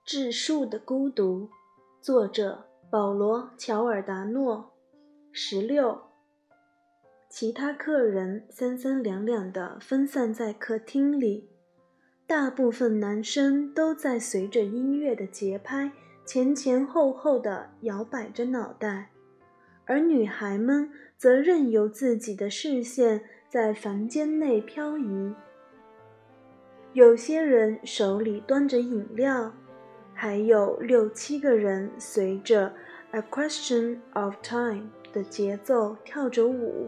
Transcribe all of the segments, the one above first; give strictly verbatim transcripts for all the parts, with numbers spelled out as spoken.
质数的孤独，作者保罗·乔尔达诺。十六，其他客人三三两两地分散在客厅里，大部分男生都在随着音乐的节拍前前后后地摇摆着脑袋，而女孩们则任由自己的视线在房间内漂移。有些人手里端着饮料，还有六七个人随着 A Question of Time 的节奏跳着舞。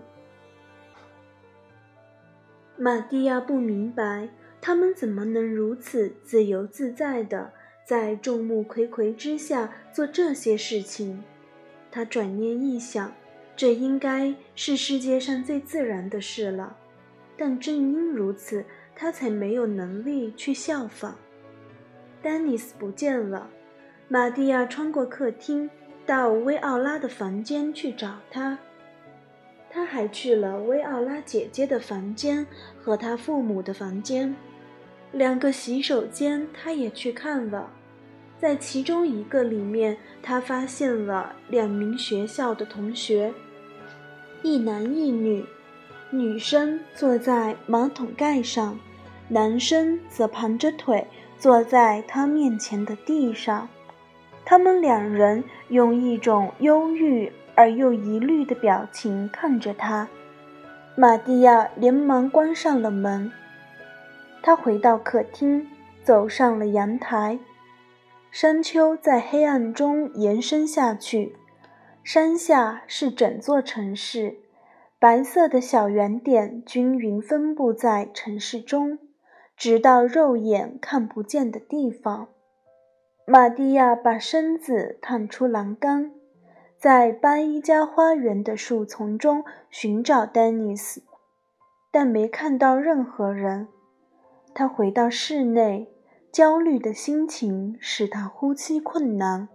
玛蒂亚不明白他们怎么能如此自由自在地在众目睽睽之下做这些事情。他转念一想，这应该是世界上最自然的事了，但正因如此，他才没有能力去效仿。丹尼斯不见了，玛蒂亚穿过客厅到薇奥拉的房间去找他。他还去了薇奥拉姐姐的房间和她父母的房间，两个洗手间他也去看了。在其中一个里面，他发现了两名学校的同学，一男一女，女生坐在马桶盖上，男生则盘着腿坐在他面前的地上。他们两人用一种忧郁而又疑虑的表情看着他。玛蒂亚连忙关上了门。他回到客厅，走上了阳台。山丘在黑暗中延伸下去，山下是整座城市，白色的小圆点均匀分布在城市中，直到肉眼看不见的地方。玛蒂亚把身子探出栏杆，在巴伊加花园的树丛中寻找丹尼斯，但没看到任何人。他回到室内，焦虑的心情使他呼吸困难。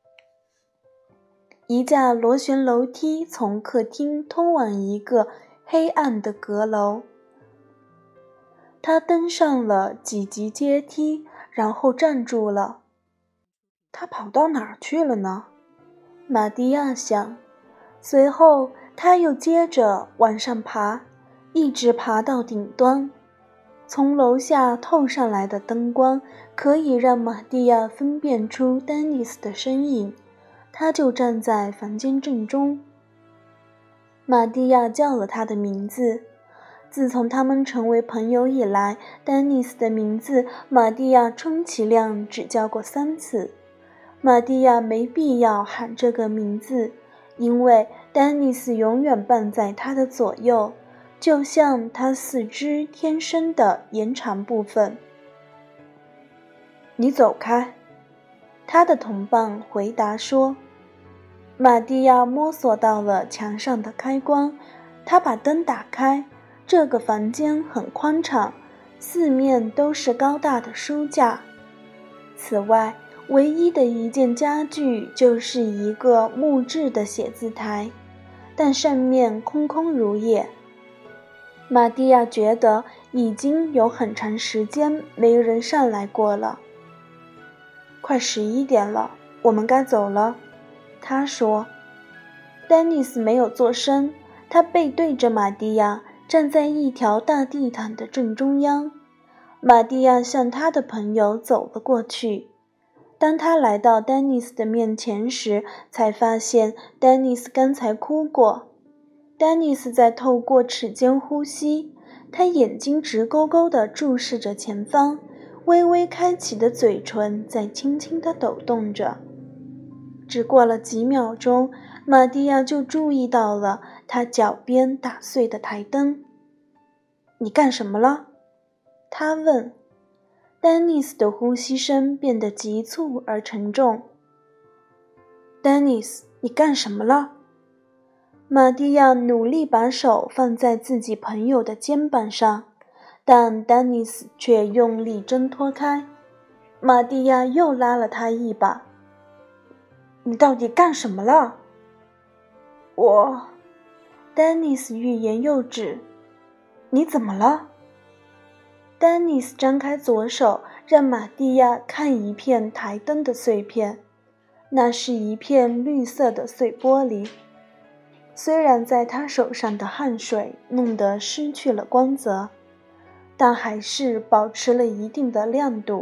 一架螺旋楼梯从客厅通往一个黑暗的阁楼。他登上了几级阶梯，然后站住了。他跑到哪儿去了呢？玛蒂亚想。随后他又接着往上爬，一直爬到顶端。从楼下透上来的灯光可以让玛蒂亚分辨出丹尼斯的身影，他就站在房间正中。玛蒂亚叫了他的名字。自从他们成为朋友以来，丹尼斯的名字玛蒂亚充其量只叫过三次。玛蒂亚没必要喊这个名字，因为丹尼斯永远伴在他的左右，就像他四肢天生的延长部分。你走开，他的同伴回答说。玛蒂亚摸索到了墙上的开关，他把灯打开。这个房间很宽敞，四面都是高大的书架。此外，唯一的一件家具就是一个木质的写字台，但上面空空如也。玛蒂亚觉得已经有很长时间没人上来过了。快十一点了，我们该走了，他说。丹尼斯没有作声，他背对着玛蒂亚，站在一条大地毯的正中央。玛蒂亚向他的朋友走了过去。当他来到丹尼斯的面前时，才发现丹尼斯刚才哭过。丹尼斯在透过齿间呼吸，他眼睛直勾勾地注视着前方，微微开启的嘴唇在轻轻地抖动着。只过了几秒钟，玛蒂亚就注意到了他脚边打碎的台灯。你干什么了？他问。丹尼斯的呼吸声变得急促而沉重。丹尼斯，你干什么了？玛蒂亚努力把手放在自己朋友的肩膀上，但丹尼斯却用力挣脱开。玛蒂亚又拉了他一把。你到底干什么了？我……丹尼斯欲言又止。你怎么了？丹尼斯张开左手， 让玛蒂亚看一片台灯的碎片，那是一片绿色的碎玻璃。虽然在他手上的汗水弄得失去了光泽，但还是保持了一定的亮度。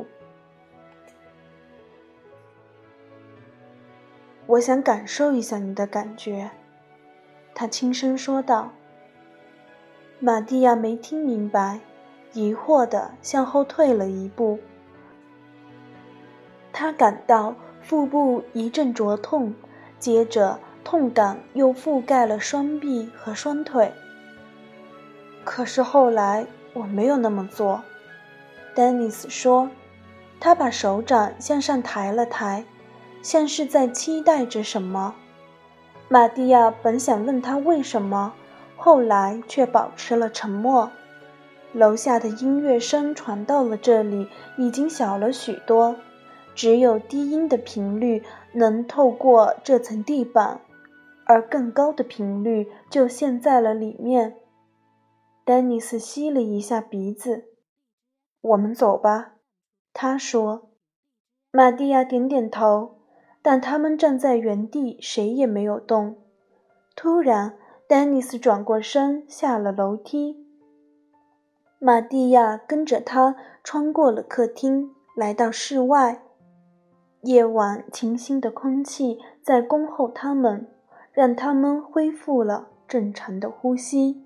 我想感受一下你的感觉，他轻声说道。玛蒂亚没听明白，疑惑地向后退了一步。他感到腹部一阵灼痛，接着痛感又覆盖了双臂和双腿。可是后来我没有那么做，丹尼斯说。他把手掌向上抬了抬，像是在期待着什么。玛蒂亚本想问他为什么，后来却保持了沉默。楼下的音乐声传到了这里已经小了许多，只有低音的频率能透过这层地板，而更高的频率就陷在了里面。丹尼斯吸了一下鼻子。我们走吧，他说。玛蒂亚点点头，但他们站在原地，谁也没有动。突然，丹尼斯转过身下了楼梯。玛蒂亚跟着他穿过了客厅，来到室外。夜晚清新的空气在恭候他们，让他们恢复了正常的呼吸。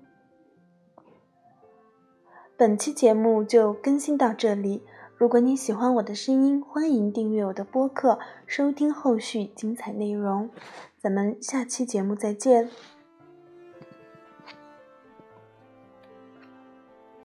本期节目就更新到这里，如果你喜欢我的声音，欢迎订阅我的播客，收听后续精彩内容。咱们下期节目再见。